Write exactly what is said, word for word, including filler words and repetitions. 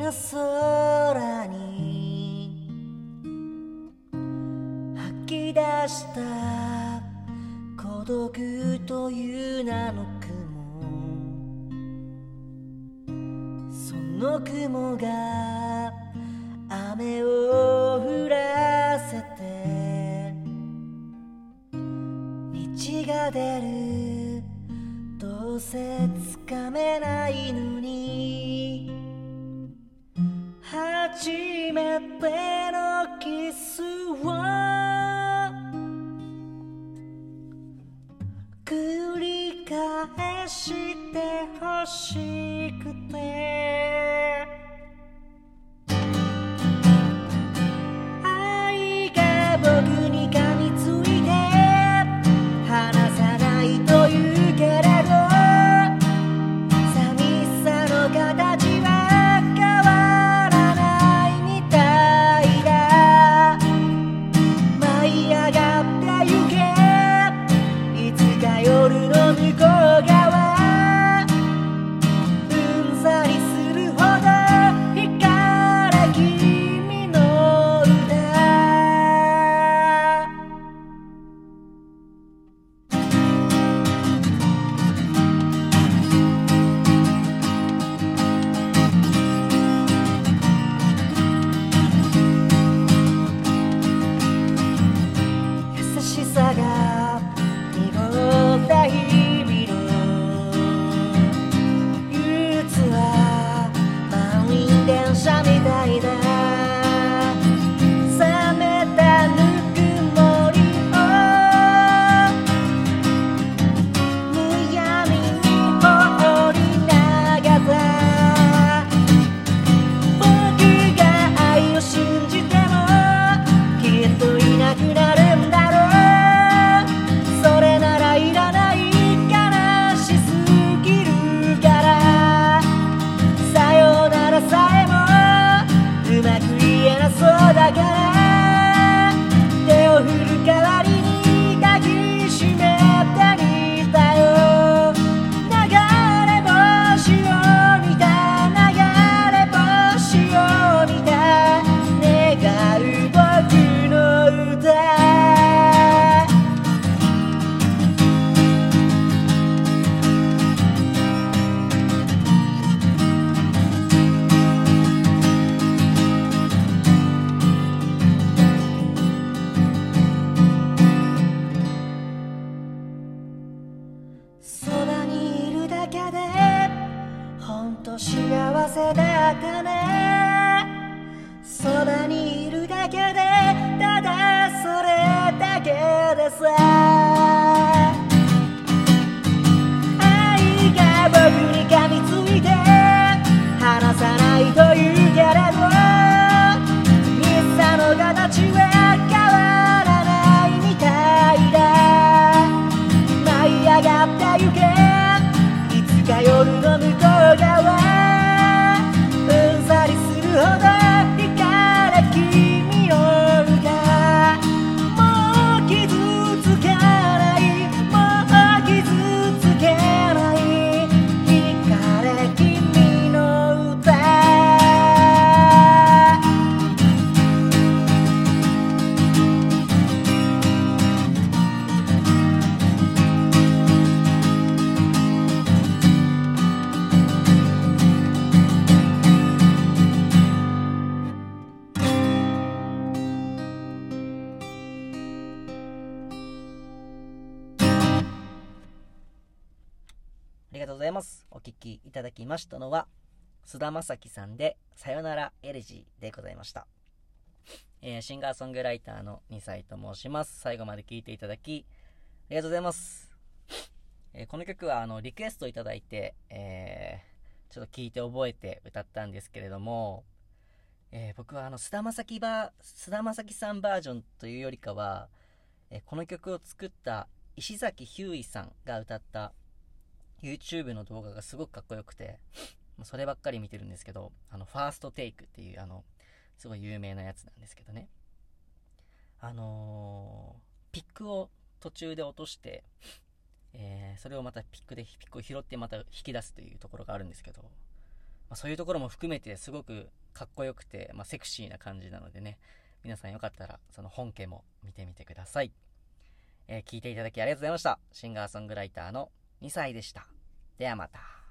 な空に吐き出した孤独という名の雲、その雲が雨を降らせて道が出る、どうせつかめないのに、初めてのキスを繰り返してほしくて、愛が僕に噛みついて離さないというけれど、寂しさの形は変わらないみたいだ。舞い上がってゆけ、いつか夜の向こう側、うんざりするほど光る君の歌。優しさが濁った日々の憂鬱は満員電車みたいだ。冷めたぬくもりをむやみに放り流さ、僕が愛を信じてもきっといなくなるんだろう。それならいらない、悲しすぎるから。さよならさえもうまく言えなそうだから、手を振る代わりに抱きしめてみたよ。流れ星を見た、流れ星を見た、願う僕の歌。そばにいるだけでほんと幸せだったね。そばにいるだけでただそれだけでさ、愛が僕に噛みついて離さないというけれど、寂しさの形は変わらないみたいだ。舞い上がってゆけ、いつか夜の向こう側、うんざりするほど光る君の歌。もう傷つけない、もう傷つけない、光る君の歌。ありがとうございます。お聴きいただきましたのは菅田将暉さんでさよならエレジーでございました。えー、シンガーソングライターのにさいと申します。最後まで聴いていただきありがとうございます。えー、この曲はあのリクエストいただいて、えー、ちょっと聴いて覚えて歌ったんですけれども、えー、僕はあの菅田将暉バ菅田将暉さんバージョンというよりかは、えー、この曲を作った石崎ひゅーいさんが歌ったYouTube の動画がすごくかっこよくて、そればっかり見てるんですけど、あのファーストテイクっていうあのすごい有名なやつなんですけどね、あのー、ピックを途中で落として、えー、それをまたピックでピックを拾ってまた引き出すというところがあるんですけど、 あ、そういうところも含めてすごくかっこよくて、まあ、セクシーな感じなのでね、皆さんよかったらその本家も見てみてください。えー、聞いていただきありがとうございました。シンガーソングライターのにさいでした。ではまた。